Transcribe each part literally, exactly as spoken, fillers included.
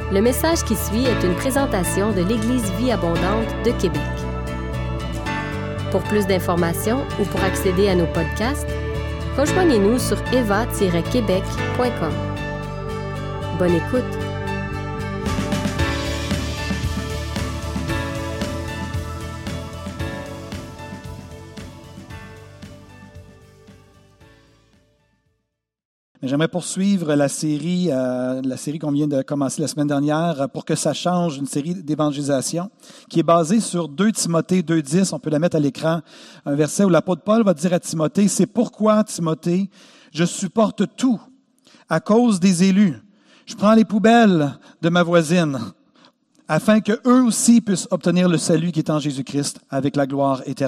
Le message qui suit est une présentation de l'Église Vie Abondante de Québec. Pour plus d'informations ou pour accéder à nos podcasts, rejoignez-nous sur eva tiret québec point com. Bonne écoute! J'aimerais poursuivre la série, euh, la série qu'on vient de commencer la semaine dernière, pour que ça change, une série d'évangélisation qui est basée sur deux Timothée deux dix. On peut la mettre à l'écran. Un verset où l'apôtre Paul va dire à Timothée, « C'est pourquoi, Timothée, je supporte tout à cause des élus. Je prends les poubelles de ma voisine, afin qu'eux aussi puissent obtenir le salut qui est en Jésus-Christ avec la gloire éternelle. »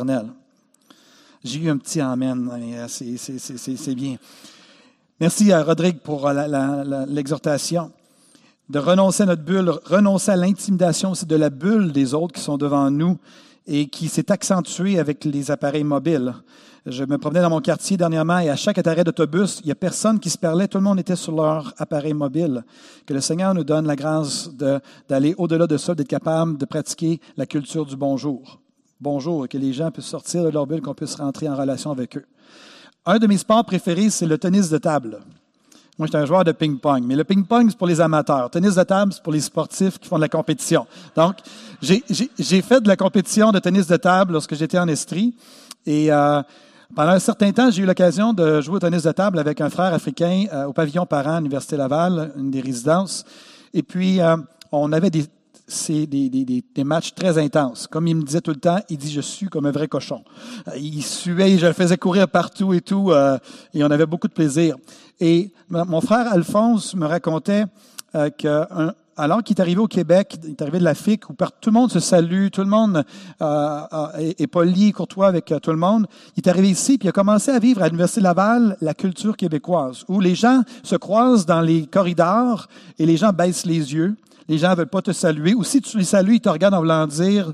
J'ai eu un petit « amen », c'est, c'est, c'est, c'est, c'est bien. Merci à Rodrigue pour la, la, la, l'exhortation de renoncer à notre bulle, renoncer à l'intimidation aussi de la bulle des autres qui sont devant nous et qui s'est accentuée avec les appareils mobiles. Je me promenais dans mon quartier dernièrement et à chaque arrêt d'autobus, il n'y a personne qui se parlait, tout le monde était sur leur appareil mobile. Que le Seigneur nous donne la grâce de, d'aller au-delà de ça, d'être capable de pratiquer la culture du bonjour. Bonjour, et que les gens puissent sortir de leur bulle, qu'on puisse rentrer en relation avec eux. Un de mes sports préférés, c'est le tennis de table. Moi, je suis un joueur de ping-pong, mais le ping-pong, c'est pour les amateurs. Le tennis de table, c'est pour les sportifs qui font de la compétition. Donc, j'ai, j'ai, j'ai fait de la compétition de tennis de table lorsque j'étais en Estrie. Et euh, pendant un certain temps, j'ai eu l'occasion de jouer au tennis de table avec un frère africain euh, au pavillon Parent à l'Université Laval, une des résidences. Et puis, euh, on avait des... c'est des, des, des, des matchs très intenses. Comme il me disait tout le temps, il dit « je sue comme un vrai cochon ». Il suait, je le faisais courir partout et tout, euh, et on avait beaucoup de plaisir. Et mon frère Alphonse me racontait euh, que un, alors qu'il est arrivé au Québec, il est arrivé de l'Afrique, où tout le monde se salue, tout le monde euh, est, est poli, courtois avec tout le monde. Il est arrivé ici, puis il a commencé à vivre à l'Université Laval la culture québécoise, où les gens se croisent dans les corridors et les gens baissent les yeux. Les gens ne veulent pas te saluer. Ou si tu les salues, ils te regardent en voulant dire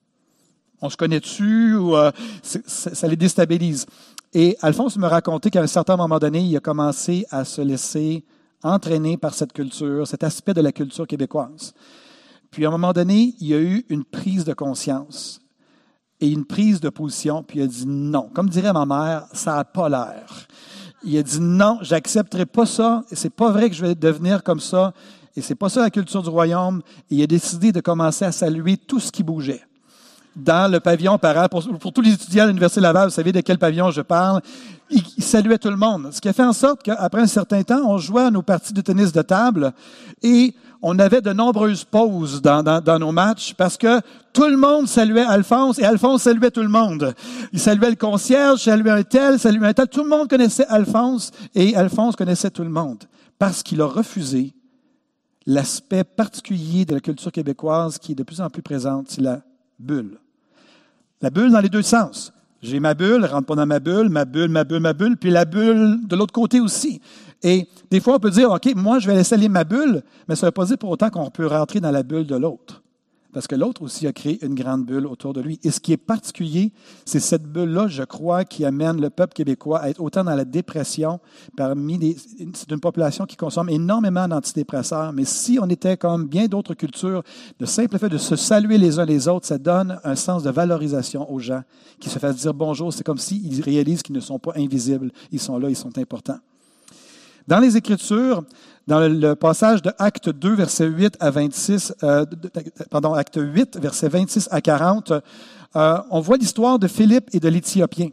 « on se connaît-tu » ou euh, ça les déstabilise. Et Alphonse me racontait qu'à un certain moment donné, il a commencé à se laisser entraîner par cette culture, cet aspect de la culture québécoise. Puis à un moment donné, il y a eu une prise de conscience et une prise de position, puis il a dit « non ». Comme dirait ma mère, ça n'a pas l'air. Il a dit « non, j'accepterai pas ça, c'est pas vrai que je vais devenir comme ça ». Et c'est pas ça la culture du royaume. Et il a décidé de commencer à saluer tout ce qui bougeait. Dans le pavillon Parent, pour, pour tous les étudiants de l'Université Laval, vous savez de quel pavillon je parle, il, il saluait tout le monde. Ce qui a fait en sorte qu'après un certain temps, on jouait à nos parties de tennis de table et on avait de nombreuses pauses dans, dans, dans nos matchs parce que tout le monde saluait Alphonse et Alphonse saluait tout le monde. Il saluait le concierge, saluait un tel, saluait un tel. Tout le monde connaissait Alphonse et Alphonse connaissait tout le monde parce qu'il a refusé l'aspect particulier de la culture québécoise qui est de plus en plus présente, c'est la bulle. La bulle dans les deux sens. J'ai ma bulle, rentre pas dans ma bulle, ma bulle, ma bulle, ma bulle, puis la bulle de l'autre côté aussi. Et des fois, on peut dire, OK, moi, je vais laisser aller ma bulle, mais ça ne veut pas dire pour autant qu'on peut rentrer dans la bulle de l'autre. Parce que l'autre aussi a créé une grande bulle autour de lui. Et ce qui est particulier, c'est cette bulle-là, je crois, qui amène le peuple québécois à être autant dans la dépression parmi des... C'est une population qui consomme énormément d'antidépresseurs. Mais si on était comme bien d'autres cultures, le simple fait de se saluer les uns les autres, ça donne un sens de valorisation aux gens qui se fassent dire bonjour. C'est comme s'ils réalisent qu'ils ne sont pas invisibles. Ils sont là, ils sont importants. Dans les Écritures, dans le, le passage de Acte deux, versets huit à vingt-six, euh, pardon, Acte huit, versets vingt-six à quarante, euh, on voit l'histoire de Philippe et de l'Éthiopien.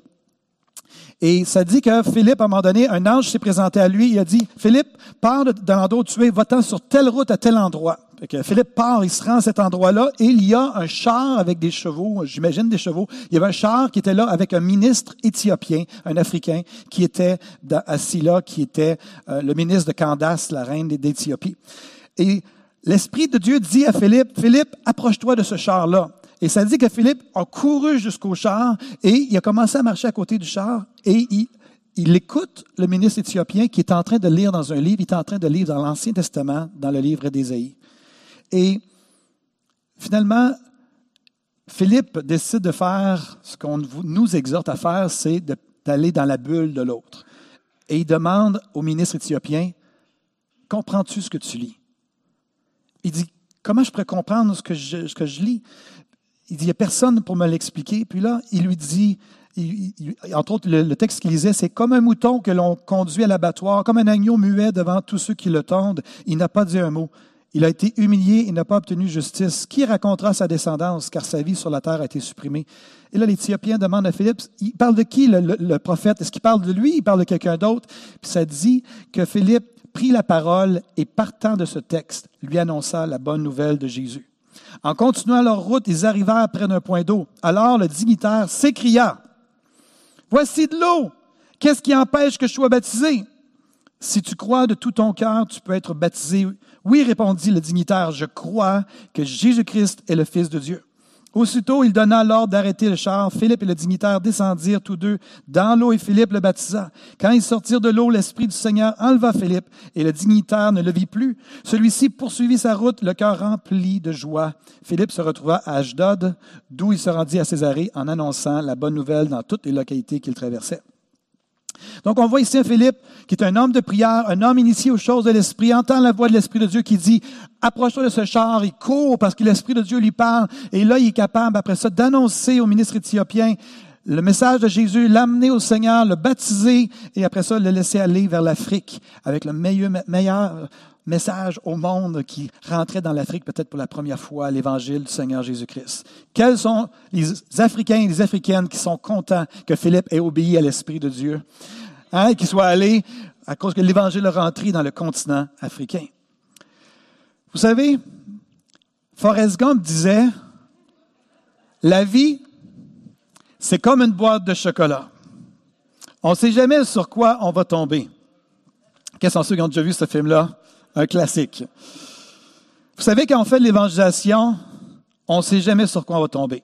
Et ça dit que Philippe, à un moment donné, un ange s'est présenté à lui, il a dit, « Philippe, pars de, de l'endroit où tu es, va-t'en sur telle route à tel endroit. » Fait que Philippe part, il se rend à cet endroit-là, et il y a un char avec des chevaux, j'imagine des chevaux. Il y avait un char qui était là avec un ministre éthiopien, un Africain, qui était assis là, qui était euh, le ministre de Candace, la reine d'Éthiopie. Et l'Esprit de Dieu dit à Philippe, « Philippe, approche-toi de ce char-là. » Et ça dit que Philippe a couru jusqu'au char et il a commencé à marcher à côté du char et il, il écoute le ministre éthiopien qui est en train de lire dans un livre, il est en train de lire dans l'Ancien Testament, dans le livre d'Ésaïe. Et finalement, Philippe décide de faire ce qu'on nous exhorte à faire, c'est de, d'aller dans la bulle de l'autre. Et il demande au ministre éthiopien, « Comprends-tu ce que tu lis? » Il dit, comment je pourrais comprendre ce que je, ce que je lis? Il dit, il n'y a personne pour me l'expliquer. Puis là, il lui dit, il, il, entre autres, le, le texte qu'il lisait, c'est comme un mouton que l'on conduit à l'abattoir, comme un agneau muet devant tous ceux qui le tendent. Il n'a pas dit un mot. Il a été humilié, il n'a pas obtenu justice. Qui racontera sa descendance, car sa vie sur la terre a été supprimée? Et là, l'Éthiopien demande à Philippe, il parle de qui le, le, le prophète? Est-ce qu'il parle de lui? Il parle de quelqu'un d'autre? Puis ça dit que Philippe prit la parole et partant de ce texte, lui annonça la bonne nouvelle de Jésus. En continuant leur route, ils arrivèrent près d'un point d'eau. Alors le dignitaire s'écria, « Voici de l'eau! Qu'est-ce qui empêche que je sois baptisé? Si tu crois de tout ton cœur, tu peux être baptisé. » Oui, répondit le dignitaire, « Je crois que Jésus-Christ est le Fils de Dieu. » Aussitôt, il donna l'ordre d'arrêter le char. Philippe et le dignitaire descendirent tous deux dans l'eau et Philippe le baptisa. Quand ils sortirent de l'eau, l'Esprit du Seigneur enleva Philippe et le dignitaire ne le vit plus. Celui-ci poursuivit sa route, le cœur rempli de joie. Philippe se retrouva à Ashdod, d'où il se rendit à Césarée en annonçant la bonne nouvelle dans toutes les localités qu'il traversait. Donc, on voit ici un Philippe qui est un homme de prière, un homme initié aux choses de l'Esprit, entend la voix de l'Esprit de Dieu qui dit « Approche-toi de ce char », il court parce que l'Esprit de Dieu lui parle. Et là, il est capable, après ça, d'annoncer au ministre éthiopien le message de Jésus, l'amener au Seigneur, le baptiser et après ça, le laisser aller vers l'Afrique avec le meilleur, meilleur message au monde qui rentrait dans l'Afrique peut-être pour la première fois, l'évangile du Seigneur Jésus-Christ. Quels sont les Africains et les Africaines qui sont contents que Philippe ait obéi à l'Esprit de Dieu, hein, qu'il soit allé à cause que l'évangile est rentré dans le continent africain. Vous savez, Forrest Gump disait, la vie, c'est comme une boîte de chocolat. On ne sait jamais sur quoi on va tomber. Quels sont ceux qui ont déjà vu ce film-là? Un classique. Vous savez, quand on fait de l'évangélisation, on ne sait jamais sur quoi on va tomber.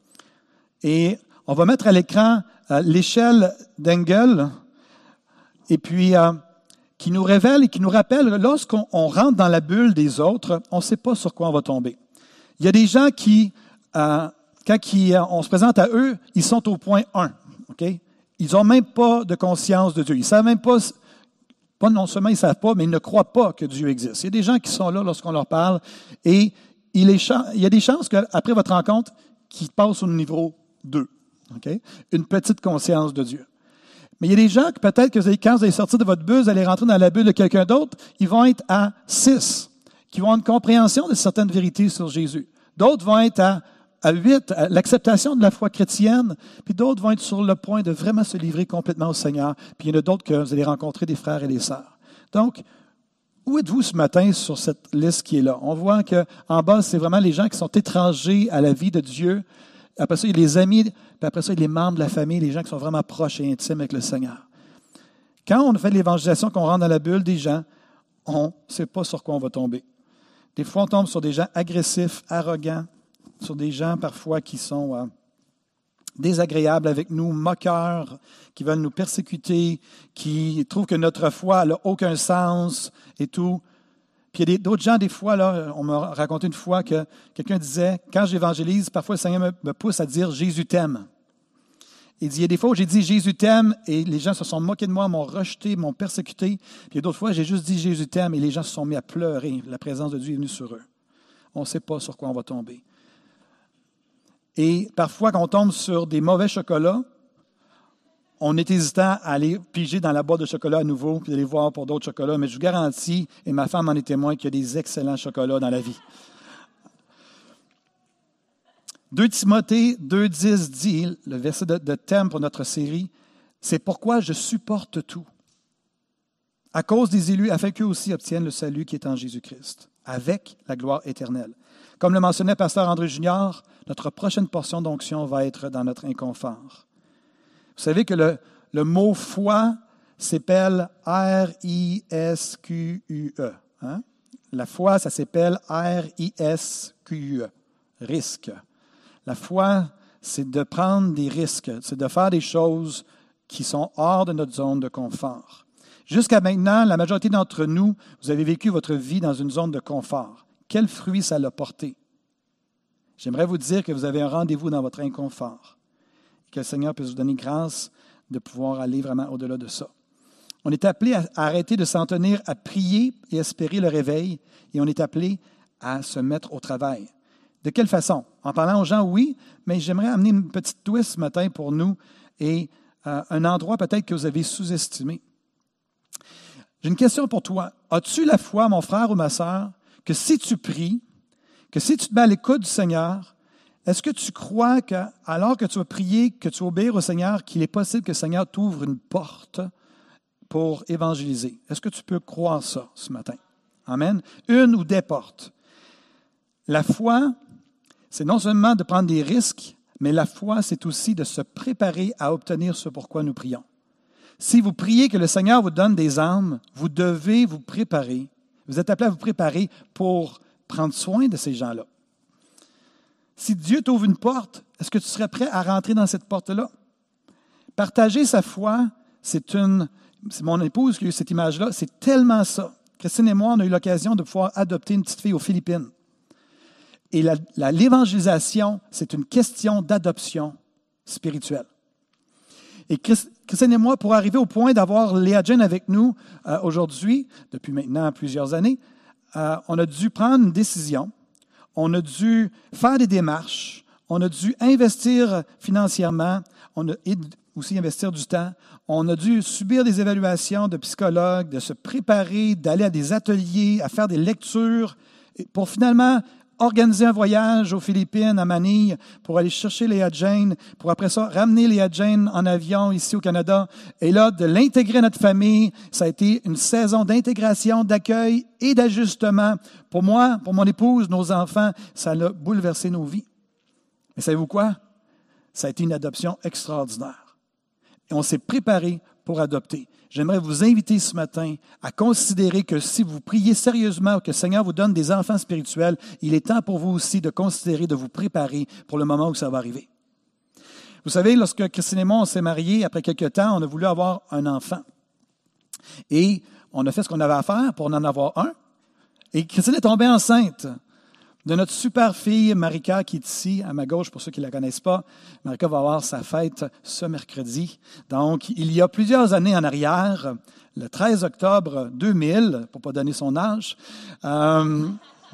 Et on va mettre à l'écran euh, l'échelle d'Engel, et puis euh, qui nous révèle et qui nous rappelle, lorsqu'on on rentre dans la bulle des autres, on ne sait pas sur quoi on va tomber. Il y a des gens qui, euh, quand qui, euh, on se présente à eux, ils sont au point un. Okay? Ils n'ont même pas de conscience de Dieu. Ils ne savent même pas... Pas non seulement ils ne savent pas, mais ils ne croient pas que Dieu existe. Il y a des gens qui sont là lorsqu'on leur parle et il, est, il y a des chances qu'après votre rencontre, qu'ils passent au niveau deux. Okay? Une petite conscience de Dieu. Mais il y a des gens que peut-être que quand vous allez sortir de votre bulle, vous allez rentrer dans la bulle de quelqu'un d'autre, ils vont être à six, qui vont avoir une compréhension de certaines vérités sur Jésus. D'autres vont être à À huit, l'acceptation de la foi chrétienne, puis d'autres vont être sur le point de vraiment se livrer complètement au Seigneur, puis il y en a d'autres que vous allez rencontrer des frères et des sœurs. Donc, où êtes-vous ce matin sur cette liste qui est là? On voit qu'en bas, c'est vraiment les gens qui sont étrangers à la vie de Dieu. Après ça, il y a les amis, puis après ça, il y a les membres de la famille, les gens qui sont vraiment proches et intimes avec le Seigneur. Quand on fait de l'évangélisation, qu'on rentre dans la bulle des gens, on ne sait pas sur quoi on va tomber. Des fois, on tombe sur des gens agressifs, arrogants, sur des gens parfois qui sont euh, désagréables avec nous, moqueurs, qui veulent nous persécuter, qui trouvent que notre foi n'a aucun sens et tout. Puis il y a des, d'autres gens, des fois, là, on m'a raconté une fois que quelqu'un disait, quand j'évangélise, parfois le Seigneur me, me pousse à dire « Jésus t'aime ». Il dit, il y a des fois où j'ai dit « Jésus t'aime » et les gens se sont moqués de moi, m'ont rejeté, m'ont persécuté. Puis il y a d'autres fois, j'ai juste dit « Jésus t'aime » et les gens se sont mis à pleurer. La présence de Dieu est venue sur eux. On ne sait pas sur quoi on va tomber. Et parfois, quand on tombe sur des mauvais chocolats, on est hésitant à aller piger dans la boîte de chocolat à nouveau puis d'aller voir pour d'autres chocolats. Mais je vous garantis, et ma femme en est témoin, qu'il y a des excellents chocolats dans la vie. deux Timothée deux dix dit, le verset de, de thème pour notre série, c'est pourquoi je supporte tout, à cause des élus, afin qu'eux aussi obtiennent le salut qui est en Jésus-Christ, avec la gloire éternelle. Comme le mentionnait Pasteur André Junior, notre prochaine portion d'onction va être dans notre inconfort. Vous savez que le, le mot foi s'appelle R I S Q U E. Hein? La foi, ça s'appelle R I S Q U E. Risque. La foi, c'est de prendre des risques, c'est de faire des choses qui sont hors de notre zone de confort. Jusqu'à maintenant, la majorité d'entre nous, vous avez vécu votre vie dans une zone de confort. Quel fruit ça l'a porté? J'aimerais vous dire que vous avez un rendez-vous dans votre inconfort. Et que le Seigneur puisse vous donner grâce de pouvoir aller vraiment au-delà de ça. On est appelé à arrêter de s'en tenir à prier et espérer le réveil. Et on est appelé à se mettre au travail. De quelle façon? En parlant aux gens, oui, mais j'aimerais amener une petite twist ce matin pour nous et euh, un endroit peut-être que vous avez sous-estimé. J'ai une question pour toi. As-tu la foi, mon frère ou ma sœur, que si tu pries, que si tu te mets à l'écoute du Seigneur, est-ce que tu crois que, alors que tu vas prier, que tu vas obéir au Seigneur, qu'il est possible que le Seigneur t'ouvre une porte pour évangéliser? Est-ce que tu peux croire ça ce matin? Amen. Une ou des portes. La foi, c'est non seulement de prendre des risques, mais la foi, c'est aussi de se préparer à obtenir ce pourquoi nous prions. Si vous priez que le Seigneur vous donne des âmes, vous devez vous préparer. Vous êtes appelé à vous préparer pour prendre soin de ces gens-là. Si Dieu t'ouvre une porte, est-ce que tu serais prêt à rentrer dans cette porte-là? Partager sa foi, c'est une... C'est mon épouse qui a eu cette image-là, c'est tellement ça. Christine et moi, on a eu l'occasion de pouvoir adopter une petite fille aux Philippines. Et la, la, l'évangélisation, c'est une question d'adoption spirituelle. Et Christine et moi, pour arriver au point d'avoir Léa Jane avec nous euh, aujourd'hui, depuis maintenant plusieurs années, euh, on a dû prendre une décision, on a dû faire des démarches, on a dû investir financièrement, on a et aussi investir du temps, on a dû subir des évaluations de psychologues, de se préparer, d'aller à des ateliers, à faire des lectures, pour finalement organiser un voyage aux Philippines, à Manille, pour aller chercher Léa Jane, pour après ça ramener Léa Jane en avion ici au Canada. Et là, de l'intégrer à notre famille, ça a été une saison d'intégration, d'accueil et d'ajustement. Pour moi, pour mon épouse, nos enfants, ça a bouleversé nos vies. Mais savez-vous quoi? Ça a été une adoption extraordinaire. Et on s'est préparé pour adopter. J'aimerais vous inviter ce matin à considérer que si vous priez sérieusement que le Seigneur vous donne des enfants spirituels, il est temps pour vous aussi de considérer, de vous préparer pour le moment où ça va arriver. Vous savez, lorsque Christine et moi, on s'est mariés, après quelques temps, on a voulu avoir un enfant. Et on a fait ce qu'on avait à faire pour en avoir un. Et Christine est tombée enceinte de notre super fille Marika, qui est ici, à ma gauche, pour ceux qui ne la connaissent pas. Marika va avoir sa fête ce mercredi. Donc, il y a plusieurs années en arrière, le treize octobre deux mille, pour ne pas donner son âge, euh,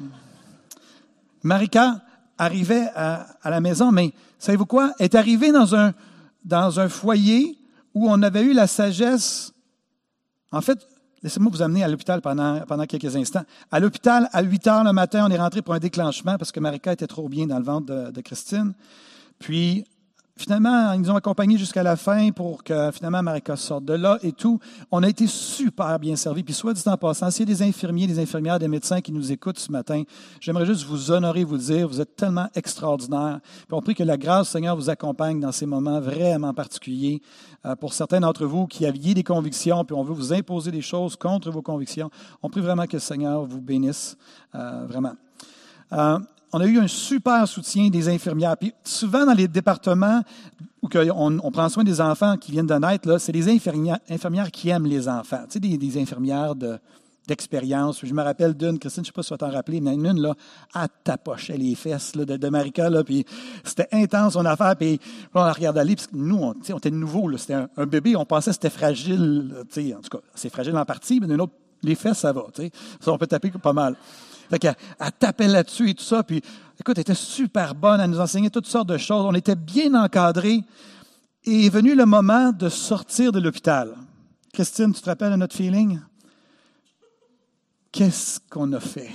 Marika arrivait à, à la maison, mais savez-vous quoi? Elle est arrivée dans un, dans un foyer où on avait eu la sagesse. En fait, laissez-moi vous amener à l'hôpital pendant, pendant quelques instants. À l'hôpital, à huit heures le matin, on est rentré pour un déclenchement parce que Marika était trop bien dans le ventre de, de Christine. Puis, finalement, ils nous ont accompagnés jusqu'à la fin pour que, finalement, Marika sorte de là et tout. On a été super bien servis. Puis, soit dit en passant, s'il y a des infirmiers, des infirmières, des médecins qui nous écoutent ce matin, j'aimerais juste vous honorer, vous dire, vous êtes tellement extraordinaires. Puis, on prie que la grâce du Seigneur vous accompagne dans ces moments vraiment particuliers. Euh, pour certains d'entre vous qui aviez des convictions, puis on veut vous imposer des choses contre vos convictions, on prie vraiment que le Seigneur vous bénisse, euh, vraiment. Euh, On a eu un super soutien des infirmières. Puis souvent, dans les départements où on, on prend soin des enfants qui viennent de naître, là, c'est des infirmières, infirmières qui aiment les enfants. Tu sais, des, des infirmières de, d'expérience. Je me rappelle d'une, Christine, je ne sais pas si tu vas t'en rappeler, mais une, là, elle tapochait les fesses là, de, de Marika, là, puis c'était intense son affaire. Puis on la regardait aller, parce que nous, on, on était nouveaux. Là, c'était un, un bébé, on pensait que c'était fragile. Tu sais, en tout cas, c'est fragile en partie, mais d'une autre, les fesses, ça va. Tu sais. Ça, on peut taper pas mal. Fait qu'elle elle tapait là-dessus et tout ça. Puis, écoute, elle était super bonne. Elle nous enseignait toutes sortes de choses. On était bien encadrés. Et est venu le moment de sortir de l'hôpital. Christine, tu te rappelles de notre feeling? Qu'est-ce qu'on a fait?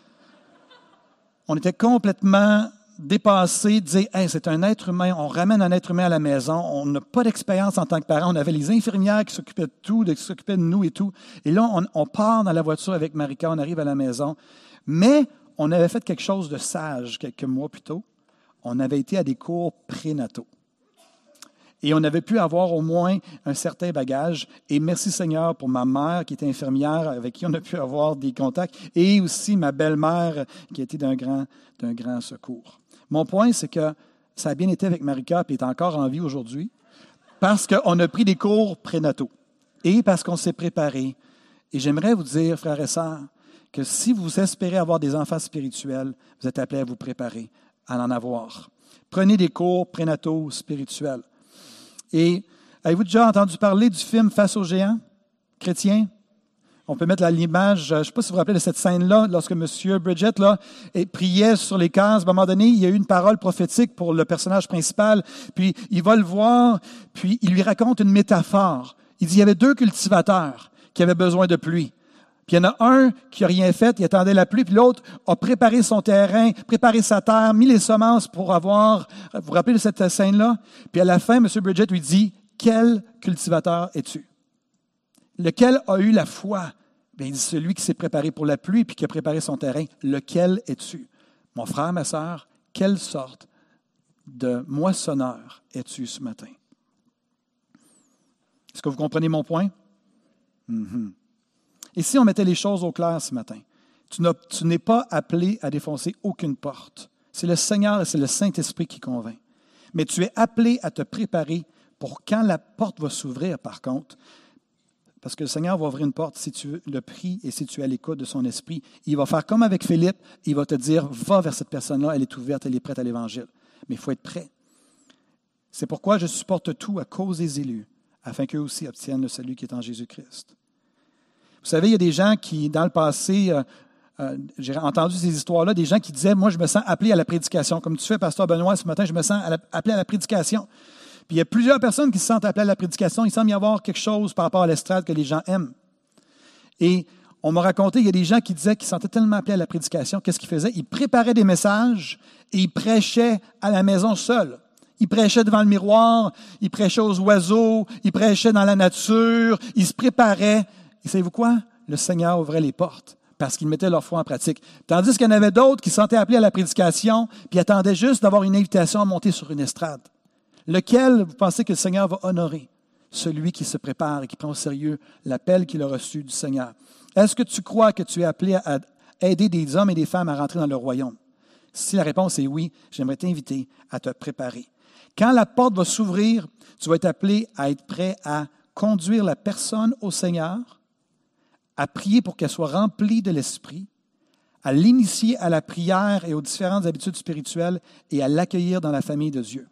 On était complètement dépassés, de dire, hey, c'est un être humain, on ramène un être humain à la maison, on n'a pas d'expérience en tant que parents, on avait les infirmières qui s'occupaient de tout, qui s'occupaient de nous et tout. Et là, on, on part dans la voiture avec Marika, on arrive à la maison. Mais on avait fait quelque chose de sage quelques mois plus tôt. On avait été à des cours prénataux. Et on avait pu avoir au moins un certain bagage. Et merci Seigneur pour ma mère qui était infirmière, avec qui on a pu avoir des contacts, et aussi ma belle-mère qui a été d'un grand, d'un grand secours. Mon point, c'est que ça a bien été avec Marika, puis elle est encore en vie aujourd'hui, parce qu'on a pris des cours prénataux et parce qu'on s'est préparé. Et j'aimerais vous dire, frères et sœurs, que si vous espérez avoir des enfants spirituels, vous êtes appelés à vous préparer à en avoir. Prenez des cours prénataux spirituels. Et avez-vous déjà entendu parler du film Face aux géants chrétien? On peut mettre l'image, je ne sais pas si vous vous rappelez de cette scène-là, lorsque M. Bridget là, priait sur les cases. À un moment donné, il y a eu une parole prophétique pour le personnage principal, puis il va le voir, puis il lui raconte une métaphore. Il dit, il y avait deux cultivateurs qui avaient besoin de pluie. Puis il y en a un qui n'a rien fait, il attendait la pluie, puis l'autre a préparé son terrain, préparé sa terre, mis les semences pour avoir... Vous vous rappelez de cette scène-là? Puis à la fin, M. Bridget lui dit, « Quel cultivateur es-tu? » Lequel a eu la foi? Bien, il dit, celui qui s'est préparé pour la pluie puis qui a préparé son terrain. Lequel es-tu? Mon frère, ma sœur, quelle sorte de moissonneur es-tu ce matin? Est-ce que vous comprenez mon point? Mm-hmm. Et si on mettait les choses au clair ce matin? Tu, n'as, tu n'es pas appelé à défoncer aucune porte. C'est le Seigneur et c'est le Saint-Esprit qui convainc. Mais tu es appelé à te préparer pour quand la porte va s'ouvrir, par contre, parce que le Seigneur va ouvrir une porte si tu le pries et si tu es à l'écoute de son esprit. Il va faire comme avec Philippe, il va te dire, va vers cette personne-là, elle est ouverte, elle est prête à l'Évangile. Mais il faut être prêt. C'est pourquoi je supporte tout à cause des élus, afin qu'eux aussi obtiennent le salut qui est en Jésus-Christ. Vous savez, il y a des gens qui, dans le passé, euh, euh, j'ai entendu ces histoires-là, des gens qui disaient, moi, je me sens appelé à la prédication. Comme tu fais, Pasteur Benoît, ce matin, je me sens à la, appelé à la prédication. Puis il y a plusieurs personnes qui se sentent appelées à la prédication. Il semble y avoir quelque chose par rapport à l'estrade que les gens aiment. Et on m'a raconté, il y a des gens qui disaient qu'ils se sentaient tellement appelés à la prédication. Qu'est-ce qu'ils faisaient? Ils préparaient des messages et ils prêchaient à la maison seuls. Ils prêchaient devant le miroir, ils prêchaient aux oiseaux, ils prêchaient dans la nature, ils se préparaient. Et savez-vous quoi? Le Seigneur ouvrait les portes parce qu'ils mettaient leur foi en pratique. Tandis qu'il y en avait d'autres qui se sentaient appelés à la prédication puis attendaient juste d'avoir une invitation à monter sur une estrade. Lequel vous pensez que le Seigneur va honorer? Celui qui se prépare et qui prend au sérieux l'appel qu'il a reçu du Seigneur. Est-ce que tu crois que tu es appelé à aider des hommes et des femmes à rentrer dans le royaume? Si la réponse est oui, j'aimerais t'inviter à te préparer. Quand la porte va s'ouvrir, tu vas être appelé à être prêt à conduire la personne au Seigneur, à prier pour qu'elle soit remplie de l'Esprit, à l'initier à la prière et aux différentes habitudes spirituelles et à l'accueillir dans la famille de Dieu.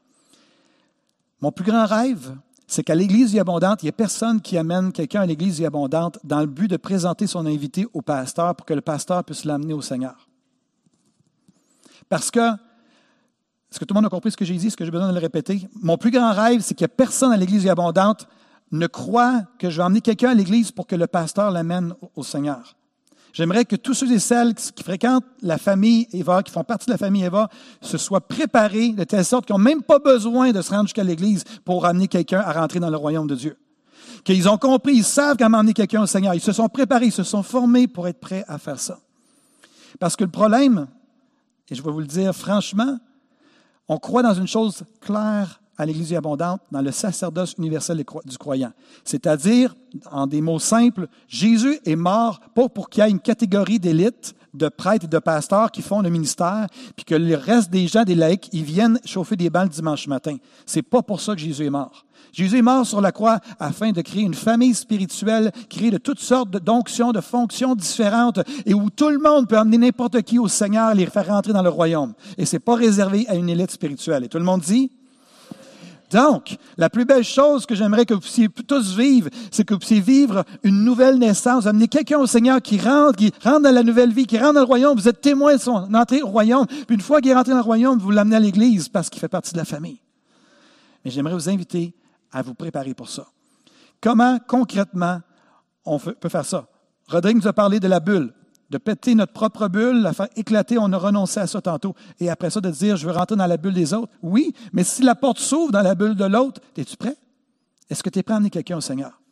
Mon plus grand rêve, c'est qu'à l'Église Vie Abondante, il n'y ait personne qui amène quelqu'un à l'Église Vie Abondante dans le but de présenter son invité au pasteur pour que le pasteur puisse l'amener au Seigneur. Parce que, est-ce que tout le monde a compris ce que j'ai dit, ce que j'ai besoin de le répéter? Mon plus grand rêve, c'est qu'il n'y ait personne à l'Église Vie Abondante ne croit que je vais emmener quelqu'un à l'Église pour que le pasteur l'amène au Seigneur. J'aimerais que tous ceux et celles qui fréquentent la famille Eva, qui font partie de la famille Eva, se soient préparés de telle sorte qu'ils n'ont même pas besoin de se rendre jusqu'à l'Église pour amener quelqu'un à rentrer dans le royaume de Dieu. Qu'ils ont compris, ils savent comment emmener quelqu'un au Seigneur. Ils se sont préparés, ils se sont formés pour être prêts à faire ça. Parce que le problème, et je vais vous le dire franchement, on croit dans une chose claire à l'Église abondante, dans le sacerdoce universel du croyant. C'est-à-dire, en des mots simples, Jésus est mort pas pour qu'il y ait une catégorie d'élite, de prêtres et de pasteurs qui font le ministère, puis que le reste des gens, des laïcs, ils viennent chauffer des bancs le dimanche matin. C'est pas pour ça que Jésus est mort. Jésus est mort sur la croix afin de créer une famille spirituelle, créer de toutes sortes d'onctions, de fonctions différentes, et où tout le monde peut emmener n'importe qui au Seigneur et les faire rentrer dans le royaume. Et c'est pas réservé à une élite spirituelle. Et tout le monde dit? Donc, la plus belle chose que j'aimerais que vous puissiez tous vivre, c'est que vous puissiez vivre une nouvelle naissance, amener quelqu'un au Seigneur qui rentre, qui rentre dans la nouvelle vie, qui rentre dans le royaume. Vous êtes témoin de son entrée au royaume. Puis une fois qu'il est rentré dans le royaume, vous l'amenez à l'Église parce qu'il fait partie de la famille. Mais j'aimerais vous inviter à vous préparer pour ça. Comment, concrètement, on peut faire ça? Rodrigue nous a parlé de la bulle, de péter notre propre bulle, la faire éclater, on a renoncé à ça tantôt. Et après ça, de dire, je veux rentrer dans la bulle des autres. Oui, mais si la porte s'ouvre dans la bulle de l'autre, es-tu prêt? Est-ce que tu es prêt à amener quelqu'un au Seigneur?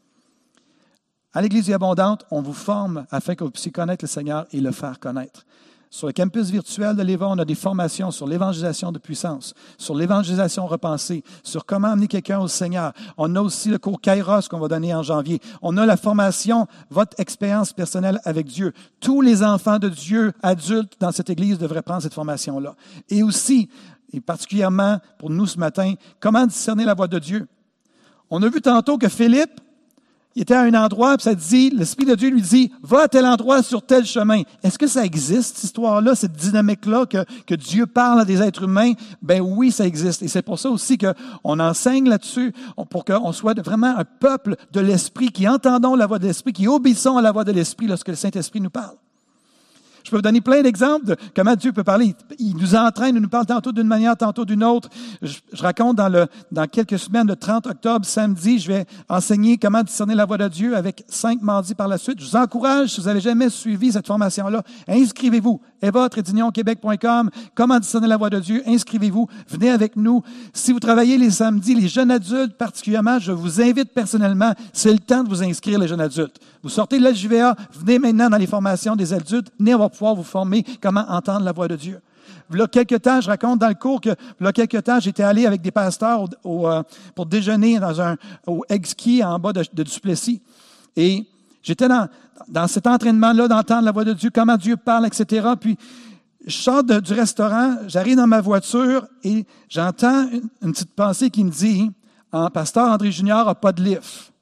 À l'Église Vie Abondante, on vous forme afin que vous puissiez connaître le Seigneur et le faire connaître. Sur le campus virtuel de l'Éva, on a des formations sur l'évangélisation de puissance, sur l'évangélisation repensée, sur comment amener quelqu'un au Seigneur. On a aussi le cours Kairos qu'on va donner en janvier. On a la formation « Votre expérience personnelle avec Dieu ». Tous les enfants de Dieu, adultes dans cette Église, devraient prendre cette formation-là. Et aussi, et particulièrement pour nous ce matin, comment discerner la voix de Dieu. On a vu tantôt que Philippe, il était à un endroit, puis ça dit, l'Esprit de Dieu lui dit, va à tel endroit sur tel chemin. Est-ce que ça existe, cette histoire-là, cette dynamique-là, que, que Dieu parle à des êtres humains? Ben oui, ça existe. Et c'est pour ça aussi qu'on enseigne là-dessus, pour qu'on soit vraiment un peuple de l'Esprit, qui entendons la voix de l'Esprit, qui obéissons à la voix de l'Esprit lorsque le Saint-Esprit nous parle. Je peux vous donner plein d'exemples de comment Dieu peut parler. Il nous entraîne, il nous parle tantôt d'une manière, tantôt d'une autre. Je, je raconte dans, le, dans quelques semaines, le trente octobre, samedi, je vais enseigner comment discerner la voix de Dieu avec cinq mardis par la suite. Je vous encourage, si vous n'avez jamais suivi cette formation-là, inscrivez-vous. eva tiret union québec point com, comment discerner la voix de Dieu, inscrivez-vous, venez avec nous. Si vous travaillez les samedis, les jeunes adultes particulièrement, je vous invite personnellement, c'est le temps de vous inscrire, les jeunes adultes. Vous sortez de la J V A, venez maintenant dans les formations des adultes, venez, on va pouvoir vous former comment entendre la voix de Dieu. Il y a quelques temps, je raconte dans le cours que, il y a quelques temps, j'étais allé avec des pasteurs au, au, euh, pour déjeuner dans un, au Egg-Ski en bas de, de Duplessis. Et j'étais dans, dans cet entraînement-là d'entendre la voix de Dieu, comment Dieu parle, et cetera. Puis, je sors de, du restaurant, j'arrive dans ma voiture et j'entends une, une petite pensée qui me dit, ah, pasteur André Junior n'a pas de livre.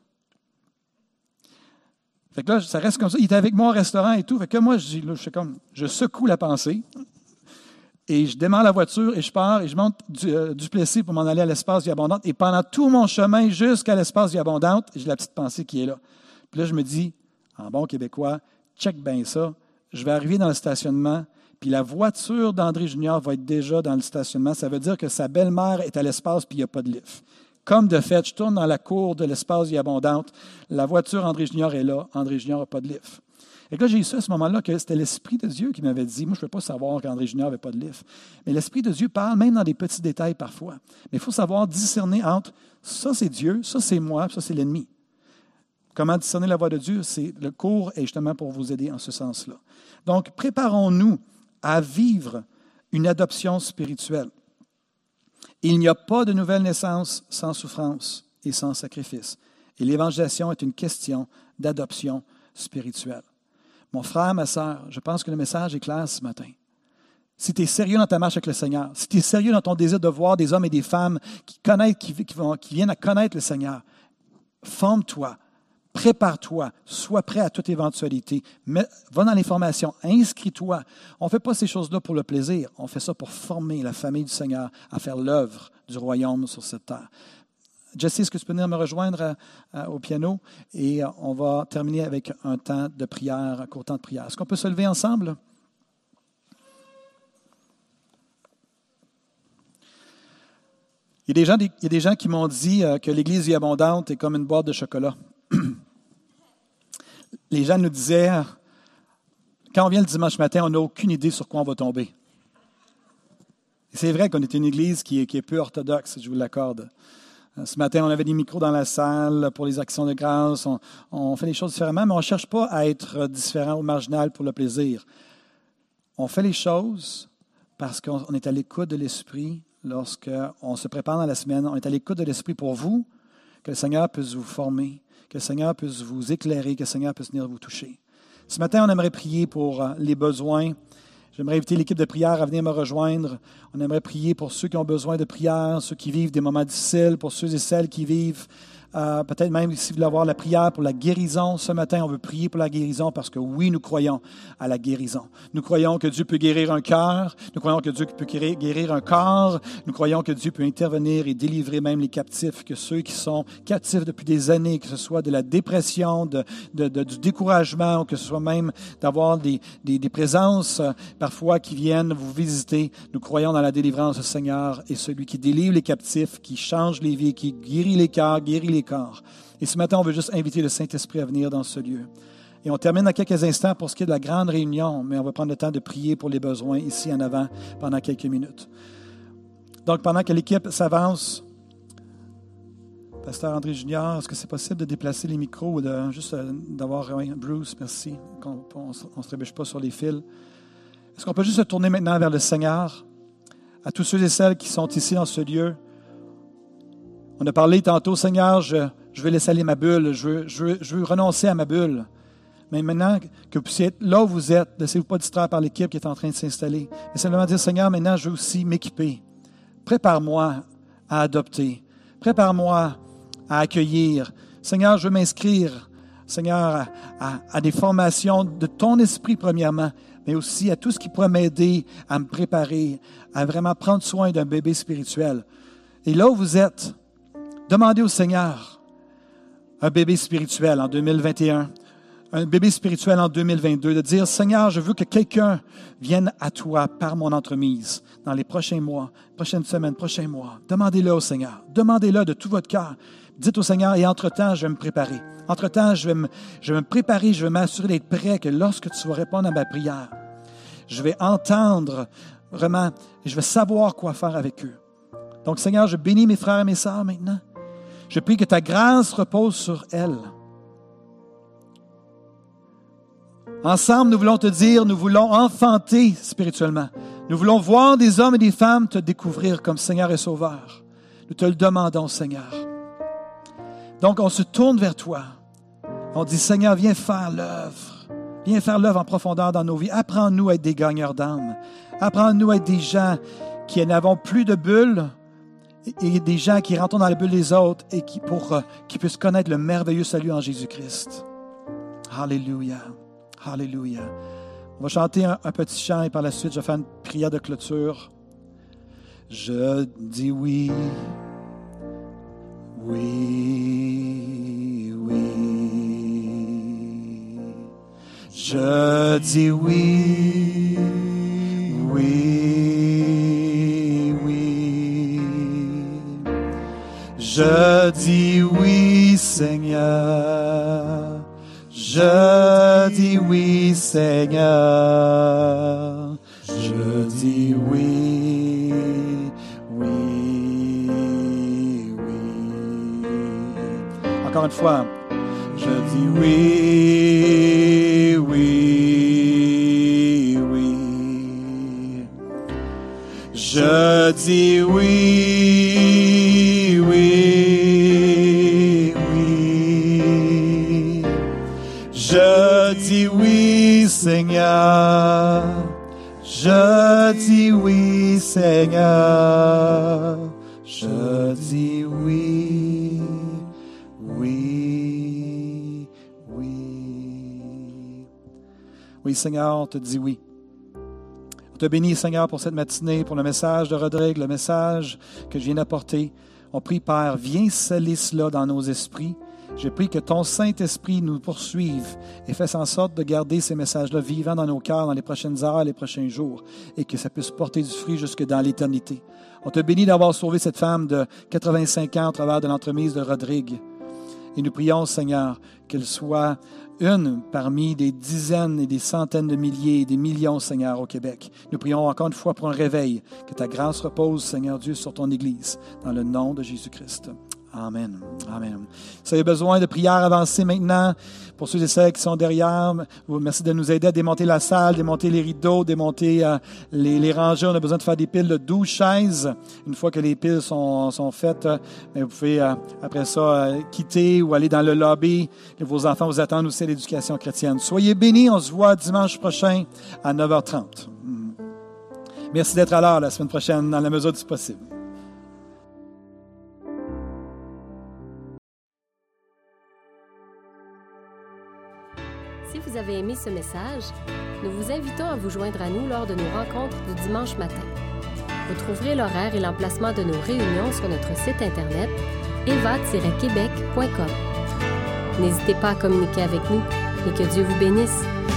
Fait que là, ça reste comme ça. Il était avec moi au restaurant et tout. Fait que moi, je dis, là, je fais comme, je secoue la pensée. Et je démarre la voiture et je pars et je monte du, euh, Duplessis pour m'en aller à l'espace Vie Abondante. Et pendant tout mon chemin jusqu'à l'espace Vie Abondante, j'ai la petite pensée qui est là. Puis là, je me dis, en bon québécois, check bien ça. Je vais arriver dans le stationnement, puis la voiture d'André Junior va être déjà dans le stationnement. Ça veut dire que sa belle-mère est à l'espace puis il n'y a pas de lift. Comme de fait, je tourne dans la cour de l'espace Vie Abondante. La voiture André Junior est là. André Junior n'a pas de lift. Et là, j'ai eu ça à ce moment-là, que c'était l'Esprit de Dieu qui m'avait dit, moi, je ne peux pas savoir qu'André Junior n'avait pas de lift. Mais l'Esprit de Dieu parle même dans des petits détails parfois. Mais il faut savoir discerner entre ça, c'est Dieu, ça, c'est moi, ça, c'est l'ennemi. Comment discerner la voix de Dieu? C'est, le cours est justement pour vous aider en ce sens-là. Donc, préparons-nous à vivre une adoption spirituelle. Il n'y a pas de nouvelle naissance sans souffrance et sans sacrifice. Et l'évangélisation est une question d'adoption spirituelle. Mon frère, ma sœur, je pense que le message est clair ce matin. Si tu es sérieux dans ta marche avec le Seigneur, si tu es sérieux dans ton désir de voir des hommes et des femmes qui, connaissent, qui, qui, vont, qui viennent à connaître le Seigneur, forme-toi, prépare-toi, sois prêt à toute éventualité. Mais, va dans les formations, inscris-toi. On ne fait pas ces choses-là pour le plaisir, on fait ça pour former la famille du Seigneur à faire l'œuvre du royaume sur cette terre. Jesse, est-ce que tu peux venir me rejoindre à, à, au piano? Et euh, on va terminer avec un temps de prière, un court temps de prière. Est-ce qu'on peut se lever ensemble? Il y a des gens, il y a des gens qui m'ont dit euh, que l'Église Vie Abondante est comme une boîte de chocolat. Les gens nous disaient, quand on vient le dimanche matin, on n'a aucune idée sur quoi on va tomber. Et c'est vrai qu'on est une Église qui est, qui est peu orthodoxe, je vous l'accorde. Ce matin, on avait des micros dans la salle pour les actions de grâce. On, on fait les choses différemment, mais on ne cherche pas à être différent ou marginal pour le plaisir. On fait les choses parce qu'on est à l'écoute de l'Esprit lorsqu'on se prépare dans la semaine. On est à l'écoute de l'Esprit pour vous, que le Seigneur puisse vous former, que le Seigneur puisse vous éclairer, que le Seigneur puisse venir vous toucher. Ce matin, on aimerait prier pour les besoins. J'aimerais inviter l'équipe de prière à venir me rejoindre. On aimerait prier pour ceux qui ont besoin de prière, ceux qui vivent des moments difficiles, pour ceux et celles qui vivent, euh, peut-être même si vous voulez avoir la prière pour la guérison. Ce matin, on veut prier pour la guérison parce que oui, nous croyons à la guérison. Nous croyons que Dieu peut guérir un cœur. Nous croyons que Dieu peut guérir un corps. Nous croyons que Dieu peut intervenir et délivrer même les captifs, que ceux qui sont captifs depuis des années, que ce soit de la dépression, de, de, de, du découragement, ou que ce soit même d'avoir des, des, des présences euh, parfois qui viennent vous visiter. Nous croyons dans la délivrance du Seigneur et celui qui délivre les captifs, qui change les vies, qui guérit les cœurs, guérit les corps. Et ce matin, on veut juste inviter le Saint-Esprit à venir dans ce lieu. Et on termine dans quelques instants pour ce qui est de la grande réunion, mais on va prendre le temps de prier pour les besoins ici en avant pendant quelques minutes. Donc, pendant que l'équipe s'avance, Pasteur André Junior, est-ce que c'est possible de déplacer les micros ou de, juste d'avoir oui, Bruce, merci, qu'on ne se trébuche pas sur les fils. Est-ce qu'on peut juste se tourner maintenant vers le Seigneur, à tous ceux et celles qui sont ici dans ce lieu? On a parlé tantôt, Seigneur, je, je veux laisser aller ma bulle, je veux, je, veux, je veux renoncer à ma bulle. Mais maintenant que vous puissiez être là où vous êtes, ne laissez-vous pas distraire par l'équipe qui est en train de s'installer. Mais simplement dire, Seigneur, maintenant, je veux aussi m'équiper. Prépare-moi à adopter. Prépare-moi à accueillir. Seigneur, je veux m'inscrire, Seigneur, à, à, à des formations de ton esprit premièrement, mais aussi à tout ce qui pourrait m'aider à me préparer, à vraiment prendre soin d'un bébé spirituel. Et là où vous êtes, demandez au Seigneur un bébé spirituel en deux mille vingt et un, un bébé spirituel en deux mille vingt-deux, de dire, Seigneur, je veux que quelqu'un vienne à toi par mon entremise dans les prochains mois, prochaines semaines, prochains mois. Demandez-le au Seigneur. Demandez-le de tout votre cœur. Dites au Seigneur, et entre-temps, je vais me préparer. Entre-temps, je vais me, je vais me préparer, je vais m'assurer d'être prêt, que lorsque tu vas répondre à ma prière, je vais entendre vraiment, et je vais savoir quoi faire avec eux. Donc, Seigneur, je bénis mes frères et mes sœurs maintenant. Je prie que ta grâce repose sur elles. Ensemble, nous voulons te dire, nous voulons enfanter spirituellement. Nous voulons voir des hommes et des femmes te découvrir comme Seigneur et Sauveur. Nous te le demandons, Seigneur. Donc, on se tourne vers toi. On dit, Seigneur, viens faire l'œuvre. Viens faire l'œuvre en profondeur dans nos vies. Apprends-nous à être des gagneurs d'âme. Apprends-nous à être des gens qui n'avons plus de bulles et des gens qui rentrent dans la bulle des autres et qui, pour, euh, qui puissent connaître le merveilleux salut en Jésus-Christ. Alléluia. Alléluia. On va chanter un, un petit chant et par la suite, je vais faire une prière de clôture. Je dis oui, oui, oui. Je dis oui, oui, oui. Je dis oui, Seigneur. Je dis oui, Seigneur. Je dis oui, oui, oui. Encore une fois, je dis oui, oui, oui. Je dis oui, oui, oui. Je dis oui, Seigneur. Je dis oui, Seigneur. Je dis oui, oui, oui. Oui, Seigneur, on te dit oui. On te bénit, Seigneur, pour cette matinée, pour le message de Rodrigue, le message que je viens d'apporter. On prie, Père, viens sceller cela dans nos esprits. Je prie que ton Saint-Esprit nous poursuive et fasse en sorte de garder ces messages-là vivants dans nos cœurs dans les prochaines heures, les prochains jours, et que ça puisse porter du fruit jusque dans l'éternité. On te bénit d'avoir sauvé cette femme de quatre-vingt-cinq ans au travers de l'entremise de Rodrigue. Et nous prions, Seigneur, qu'elle soit une parmi des dizaines et des centaines de milliers et des millions, Seigneur, au Québec. Nous prions encore une fois pour un réveil. Que ta grâce repose, Seigneur Dieu, sur ton Église, dans le nom de Jésus-Christ. Amen. Amen. Si vous avez besoin de prières avancées maintenant, pour ceux et celles qui sont derrière, merci de nous aider à démonter la salle, démonter les rideaux, démonter euh, les, les rangées. On a besoin de faire des piles de douze chaises. Une fois que les piles sont, sont faites, euh, vous pouvez euh, après ça euh, quitter ou aller dans le lobby. Et vos enfants vous attendent aussi à l'éducation chrétienne. Soyez bénis. On se voit dimanche prochain à neuf heures trente. Merci d'être à l'heure la semaine prochaine, dans la mesure du possible. Si vous avez aimé ce message, nous vous invitons à vous joindre à nous lors de nos rencontres du dimanche matin. Vous trouverez l'horaire et l'emplacement de nos réunions sur notre site internet eva tiret québec point com. N'hésitez pas à communiquer avec nous et que Dieu vous bénisse.